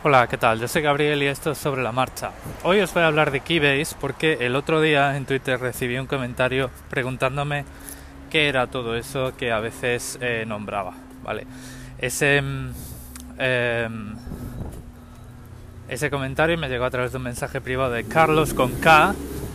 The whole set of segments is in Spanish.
Hola, ¿qué tal? Yo soy Gabriel y esto es Sobre la Marcha. Hoy os voy a hablar de Keybase porque el otro día en Twitter recibí un comentario preguntándome qué era todo eso que a veces nombraba, ¿vale? Ese, ese comentario me llegó a través de un mensaje privado de Carlos con K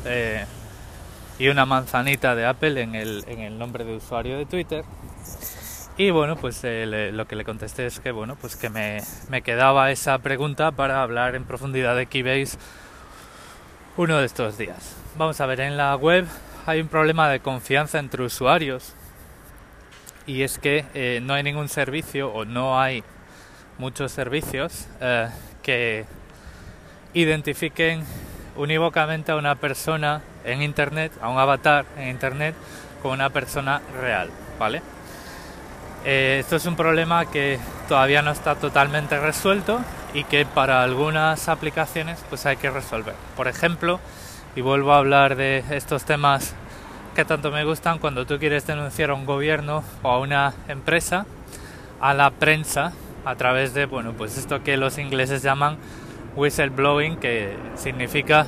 y una manzanita de Apple en el nombre de usuario de Twitter. Y bueno, pues lo que le contesté es que bueno, pues que me quedaba esa pregunta para hablar en profundidad de Keybase uno de estos días. Vamos a ver, en la web hay un problema de confianza entre usuarios y es que no hay ningún servicio o no hay muchos servicios que identifiquen unívocamente a una persona en internet, a un avatar en internet, como una persona real, ¿vale? Esto es un problema que todavía no está totalmente resuelto y que para algunas aplicaciones pues hay que resolver. Por ejemplo, y vuelvo a hablar de estos temas que tanto me gustan, cuando tú quieres denunciar a un gobierno o a una empresa, a la prensa, a través de, bueno, pues esto que los ingleses llaman whistleblowing, que significa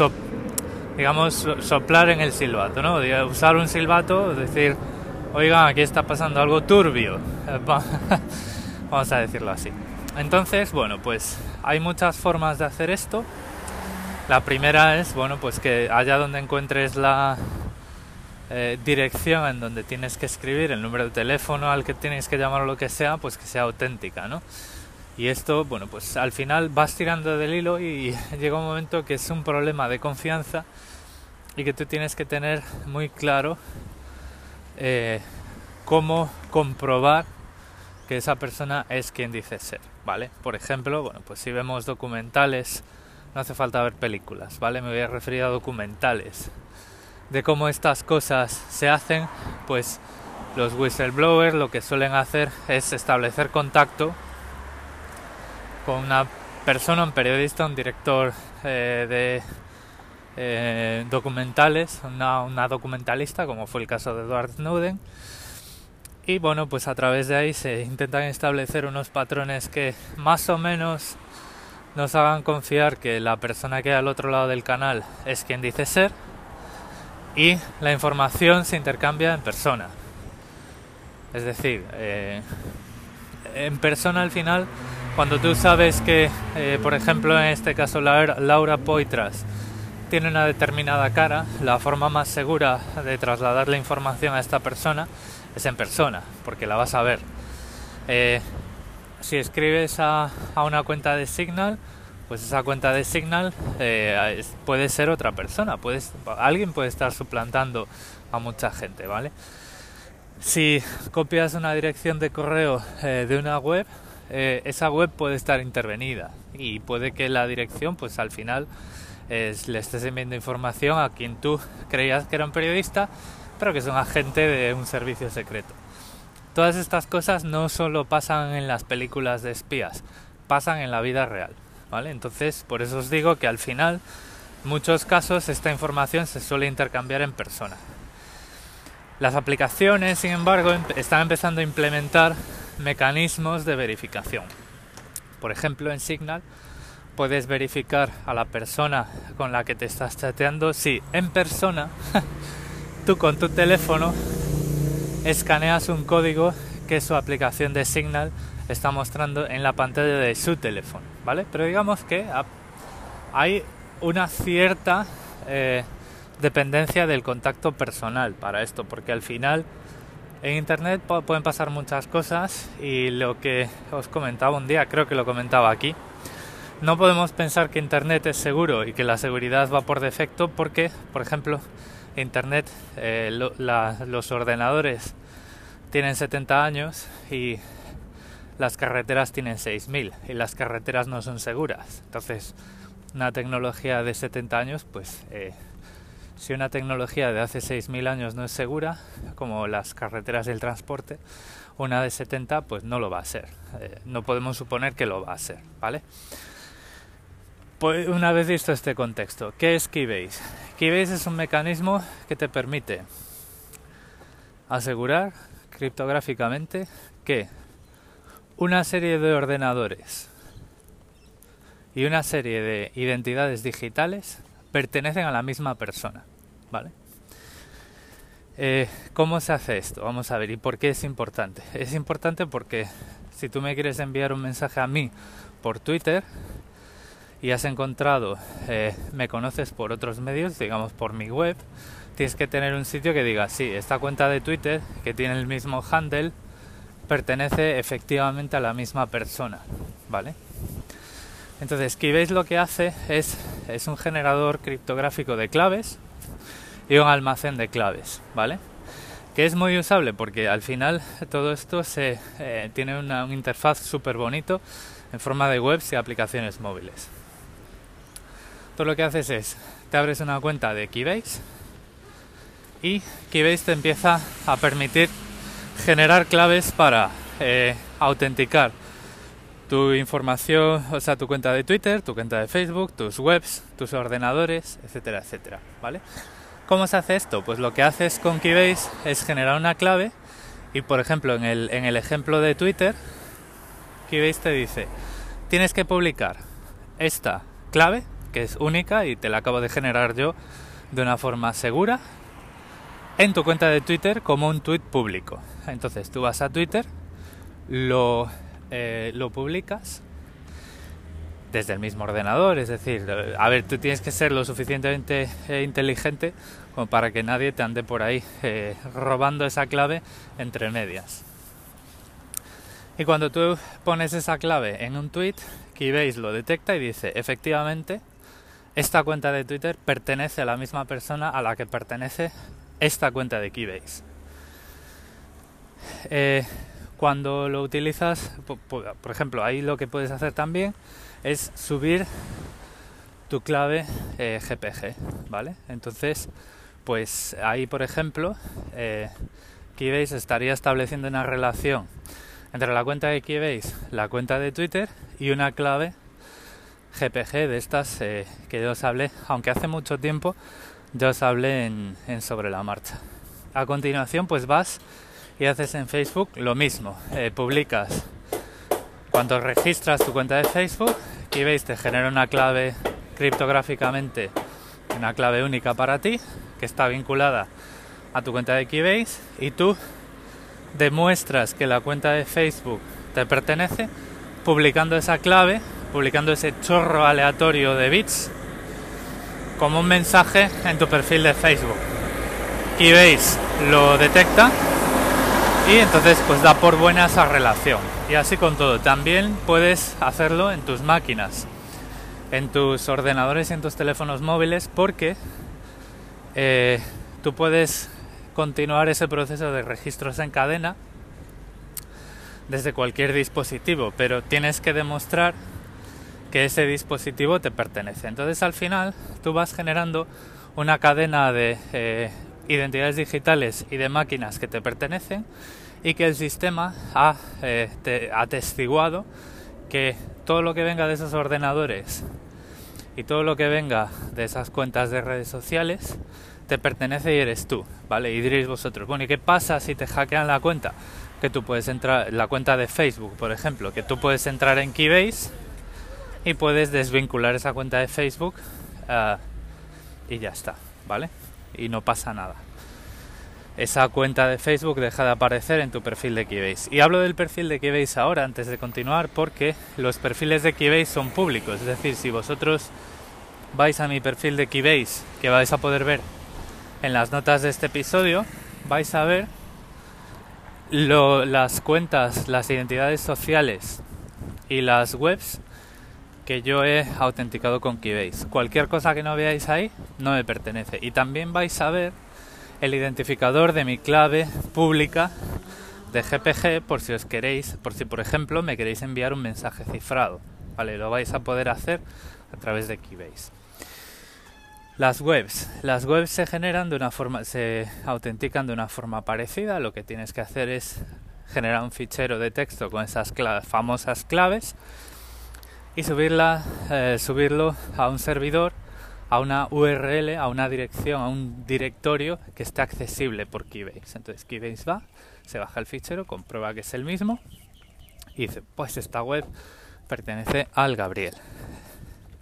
soplar en el silbato, ¿no? Usar un silbato, decir, oigan, aquí está pasando algo turbio, vamos a decirlo así. Entonces, bueno, pues hay muchas formas de hacer esto. La primera es, bueno, pues que allá donde encuentres la dirección en donde tienes que escribir, el número de teléfono al que tienes que llamar o lo que sea, pues que sea auténtica, ¿no? Y esto, bueno, pues al final vas tirando del hilo y llega un momento que es un problema de confianza y que tú tienes que tener muy claro cómo comprobar que esa persona es quien dice ser, ¿vale? Por ejemplo, bueno, pues si vemos documentales, no hace falta ver películas, ¿vale? Me voy a referir a documentales de cómo estas cosas se hacen. Pues los whistleblowers lo que suelen hacer es establecer contacto con una persona, un periodista, un director de documentales, una documentalista, como fue el caso de Edward Snowden, y bueno, pues a través de ahí se intentan establecer unos patrones que más o menos nos hagan confiar que la persona que hay al otro lado del canal es quien dice ser, y la información se intercambia en persona. Es decir, en persona al final, cuando tú sabes que, por ejemplo, en este caso Laura Poitras tiene una determinada cara, la forma más segura de trasladar la información a esta persona es en persona, porque la vas a ver. Si escribes a una cuenta de Signal, pues esa cuenta de Signal puede ser otra persona, alguien puede estar suplantando a mucha gente, ¿vale? Si copias una dirección de correo de una web, esa web puede estar intervenida y puede que la dirección, pues al final le estés enviando información a quien tú creías que era un periodista, pero que es un agente de un servicio secreto. Todas estas cosas no solo pasan en las películas de espías, pasan en la vida real, ¿vale? Entonces, por eso os digo que al final, en muchos casos, esta información se suele intercambiar en persona. Las aplicaciones, sin embargo, están empezando a implementar mecanismos de verificación. Por ejemplo, en Signal puedes verificar a la persona con la que te estás chateando si en persona tú con tu teléfono escaneas un código que su aplicación de Signal está mostrando en la pantalla de su teléfono, ¿vale? Pero digamos que hay una cierta dependencia del contacto personal para esto, porque al final en internet pueden pasar muchas cosas, y lo que os comentaba un día, creo que lo comentaba aquí, no podemos pensar que internet es seguro y que la seguridad va por defecto, porque, por ejemplo, internet, los ordenadores tienen 70 años y las carreteras tienen 6.000 y las carreteras no son seguras. Entonces, una tecnología de 70 años, pues si una tecnología de hace 6.000 años no es segura, como las carreteras del transporte, una de 70 pues no lo va a ser. No podemos suponer que lo va a ser, ¿vale? Pues una vez visto este contexto, ¿qué es Keybase? Keybase es un mecanismo que te permite asegurar criptográficamente que una serie de ordenadores y una serie de identidades digitales pertenecen a la misma persona, ¿vale? ¿Cómo se hace esto? Vamos a ver, ¿y por qué es importante? Es importante porque si tú me quieres enviar un mensaje a mí por Twitter y has encontrado, me conoces por otros medios, digamos por mi web, tienes que tener un sitio que diga, sí, esta cuenta de Twitter, que tiene el mismo handle, pertenece efectivamente a la misma persona, ¿vale? Entonces, Keybase lo que hace es un generador criptográfico de claves y un almacén de claves, ¿vale? Que es muy usable porque al final todo esto tiene una interfaz súper bonito en forma de webs y aplicaciones móviles. Todo lo que haces es, te abres una cuenta de Keybase y Keybase te empieza a permitir generar claves para autenticar tu información, o sea, tu cuenta de Twitter, tu cuenta de Facebook, tus webs, tus ordenadores, etcétera, etcétera, ¿vale? ¿Cómo se hace esto? Pues lo que haces con Keybase es generar una clave y, por ejemplo, en el ejemplo de Twitter, Keybase te dice, tienes que publicar esta clave, que es única y te la acabo de generar yo de una forma segura, en tu cuenta de Twitter como un tweet público. Entonces tú vas a Twitter, lo publicas desde el mismo ordenador, es decir, a ver, tú tienes que ser lo suficientemente inteligente como para que nadie te ande por ahí robando esa clave entre medias. Y cuando tú pones esa clave en un tweet, Keybase lo detecta y dice, efectivamente, esta cuenta de Twitter pertenece a la misma persona a la que pertenece esta cuenta de Keybase. Cuando lo utilizas, por ejemplo, ahí lo que puedes hacer también es subir tu clave GPG, ¿vale? Entonces, pues ahí, por ejemplo, Keybase estaría estableciendo una relación entre la cuenta de Keybase, la cuenta de Twitter y una clave GPG de estas que yo os hablé, aunque hace mucho tiempo yo os hablé en Sobre la Marcha. A continuación, pues vas y haces en Facebook lo mismo, publicas. Cuando registras tu cuenta de Facebook, Keybase te genera una clave criptográficamente, una clave única para ti, que está vinculada a tu cuenta de Keybase, y tú demuestras que la cuenta de Facebook te pertenece publicando esa clave, publicando ese chorro aleatorio de bits como un mensaje en tu perfil de Facebook. Keybase lo detecta y entonces pues da por buena esa relación. Y así con todo. También puedes hacerlo en tus máquinas, en tus ordenadores y en tus teléfonos móviles, porque tú puedes continuar ese proceso de registros en cadena desde cualquier dispositivo, pero tienes que demostrar que ese dispositivo te pertenece. Entonces al final tú vas generando una cadena de identidades digitales y de máquinas que te pertenecen y que el sistema ha atestiguado que todo lo que venga de esos ordenadores y todo lo que venga de esas cuentas de redes sociales te pertenece y eres tú, ¿vale? Y diréis vosotros, bueno, ¿y qué pasa si te hackean la cuenta? Que tú puedes entrar, la cuenta de Facebook, por ejemplo, que tú puedes entrar en Keybase y puedes desvincular esa cuenta de Facebook y ya está, ¿vale? Y no pasa nada. Esa cuenta de Facebook deja de aparecer en tu perfil de Keybase. Y hablo del perfil de Keybase ahora, antes de continuar, porque los perfiles de Keybase son públicos. Es decir, si vosotros vais a mi perfil de Keybase, que vais a poder ver en las notas de este episodio, vais a ver las cuentas, las identidades sociales y las webs que yo he autenticado con Keybase. Cualquier cosa que no veáis ahí no me pertenece. Y también vais a ver el identificador de mi clave pública de GPG por si os queréis, por si por ejemplo me queréis enviar un mensaje cifrado, ¿vale? Lo vais a poder hacer a través de Keybase. Las webs se generan de una forma, se autentican de una forma parecida. Lo que tienes que hacer es generar un fichero de texto con esas famosas claves y subirlo a un servidor, a una URL, a una dirección, a un directorio que esté accesible por Keybase. Entonces Keybase se baja el fichero, comprueba que es el mismo y dice, pues esta web pertenece al Gabriel.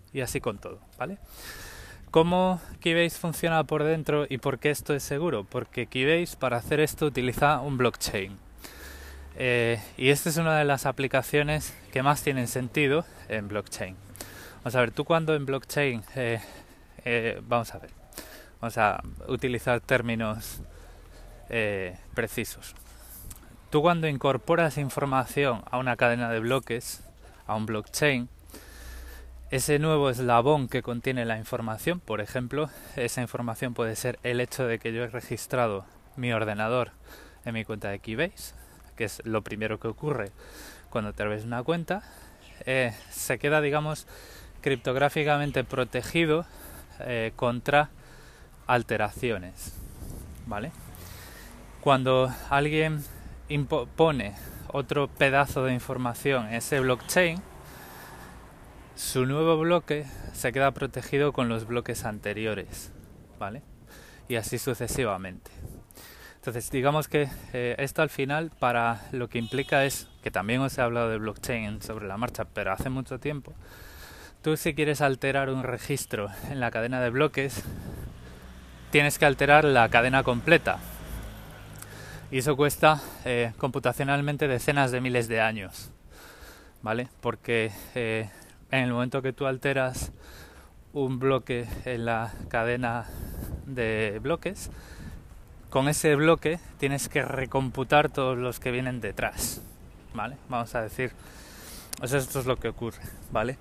Y así con todo, ¿vale? ¿Cómo Keybase funciona por dentro y por qué esto es seguro? Porque Keybase para hacer esto utiliza un blockchain. Y esta es una de las aplicaciones que más tienen sentido en blockchain. Vamos a ver, tú cuando en blockchain... vamos a utilizar términos precisos. Tú cuando incorporas información a una cadena de bloques, a un blockchain, ese nuevo eslabón que contiene la información, por ejemplo, esa información puede ser el hecho de que yo he registrado mi ordenador en mi cuenta de Keybase, que es lo primero que ocurre cuando te abres una cuenta, se queda, digamos, criptográficamente protegido contra alteraciones, ¿vale? Cuando alguien pone otro pedazo de información en ese blockchain, su nuevo bloque se queda protegido con los bloques anteriores, ¿vale? Y así sucesivamente. Entonces, digamos que esto al final, para lo que implica es, que también os he hablado de blockchain sobre la marcha, pero hace mucho tiempo, tú si quieres alterar un registro en la cadena de bloques, tienes que alterar la cadena completa. Y eso cuesta computacionalmente decenas de miles de años, ¿vale? Porque en el momento que tú alteras un bloque en la cadena de bloques, con ese bloque tienes que recomputar todos los que vienen detrás, ¿vale? Vamos a decir, o sea, esto es lo que ocurre, ¿vale?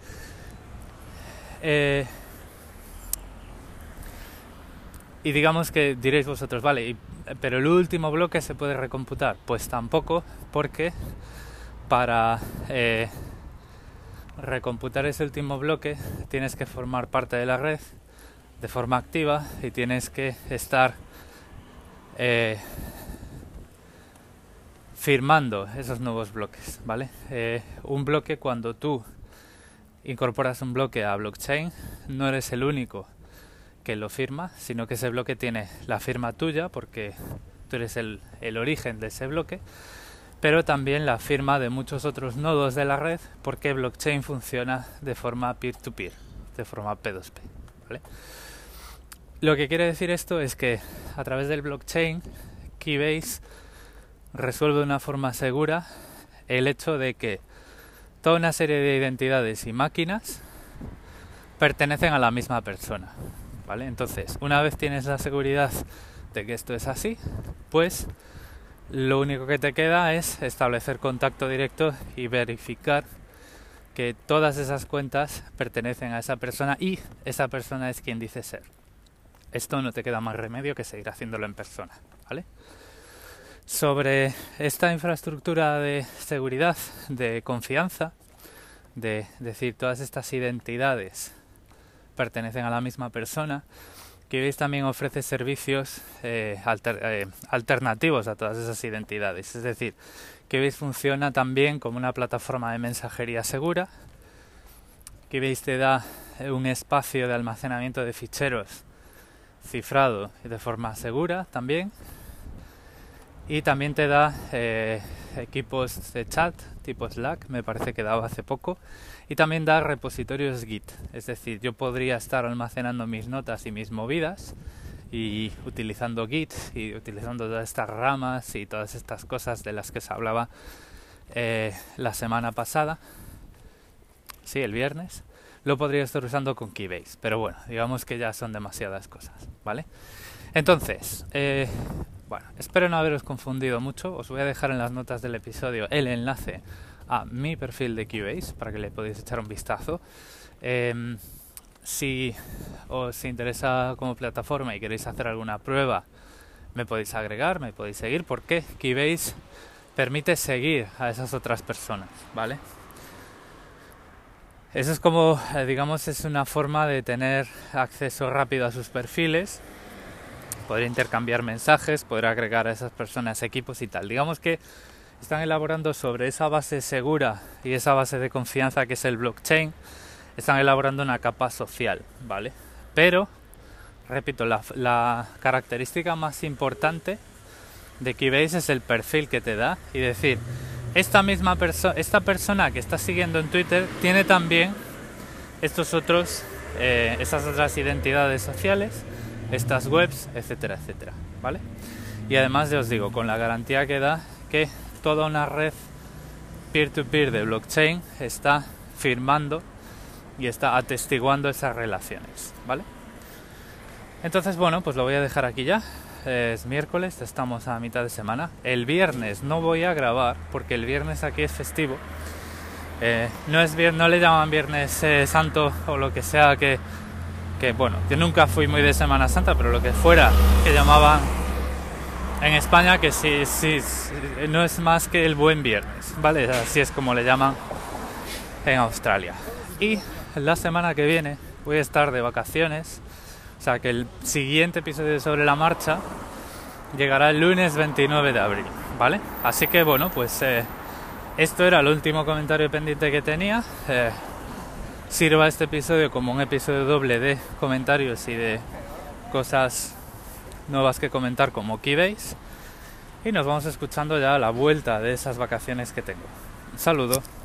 Y digamos que diréis vosotros, vale, pero el último bloque se puede recomputar. Pues tampoco, porque para recomputar ese último bloque tienes que formar parte de la red de forma activa y tienes que estar firmando esos nuevos bloques, ¿vale? Un bloque, cuando tú incorporas un bloque a blockchain, no eres el único que lo firma, sino que ese bloque tiene la firma tuya, porque tú eres el origen de ese bloque, pero también la firma de muchos otros nodos de la red, porque blockchain funciona de forma peer-to-peer, de forma P2P, ¿vale? Lo que quiere decir esto es que a través del blockchain, Keybase resuelve de una forma segura el hecho de que toda una serie de identidades y máquinas pertenecen a la misma persona, ¿vale? Entonces, una vez tienes la seguridad de que esto es así, pues lo único que te queda es establecer contacto directo y verificar que todas esas cuentas pertenecen a esa persona y esa persona es quien dice ser. Esto no te queda más remedio que seguir haciéndolo en persona, ¿vale? Sobre esta infraestructura de seguridad, de confianza, de decir todas estas identidades pertenecen a la misma persona, Keybase también ofrece servicios alternativos a todas esas identidades. Es decir, Keybase funciona también como una plataforma de mensajería segura. Keybase te da un espacio de almacenamiento de ficheros cifrado y de forma segura también. Y también te da equipos de chat tipo Slack, me parece que daba hace poco. Y también da repositorios Git, es decir, yo podría estar almacenando mis notas y mis movidas y utilizando Git y utilizando todas estas ramas y todas estas cosas de las que se hablaba la semana pasada, sí, el viernes, lo podría estar usando con Keybase, pero bueno, digamos que ya son demasiadas cosas, ¿vale? Entonces, bueno, espero no haberos confundido mucho. Os voy a dejar en las notas del episodio el enlace a mi perfil de Keybase para que le podáis echar un vistazo. Si os interesa como plataforma y queréis hacer alguna prueba, me podéis agregar, me podéis seguir, porque Keybase permite seguir a esas otras personas, ¿vale? Eso es como, digamos, es una forma de tener acceso rápido a sus perfiles, poder intercambiar mensajes, poder agregar a esas personas equipos y tal. Digamos que están elaborando sobre esa base segura y esa base de confianza que es el blockchain, están elaborando una capa social, ¿vale? Pero, repito, la característica más importante de Keybase es el perfil que te da y decir, esta persona que estás siguiendo en Twitter tiene también esas otras identidades sociales, estas webs, etcétera, etcétera, ¿vale? Y además ya os digo, con la garantía que da que toda una red peer-to-peer de blockchain está firmando y está atestiguando esas relaciones, ¿vale? Entonces, bueno, pues lo voy a dejar aquí ya. Es miércoles, estamos a mitad de semana. El viernes no voy a grabar porque el viernes aquí es festivo. No le llaman Viernes Santo o lo que sea que bueno, yo nunca fui muy de Semana Santa, pero lo que fuera que llamaban en España, que sí, no es más que el buen viernes, ¿vale? Así es como le llaman en Australia. Y la semana que viene voy a estar de vacaciones, o sea que el siguiente episodio de Sobre la Marcha llegará el lunes 29 de abril, ¿vale? Así que bueno, pues esto era el último comentario pendiente que tenía. Sirva este episodio como un episodio doble de comentarios y de cosas nuevas que comentar como Keybase, y nos vamos escuchando ya a la vuelta de esas vacaciones que tengo. Un saludo.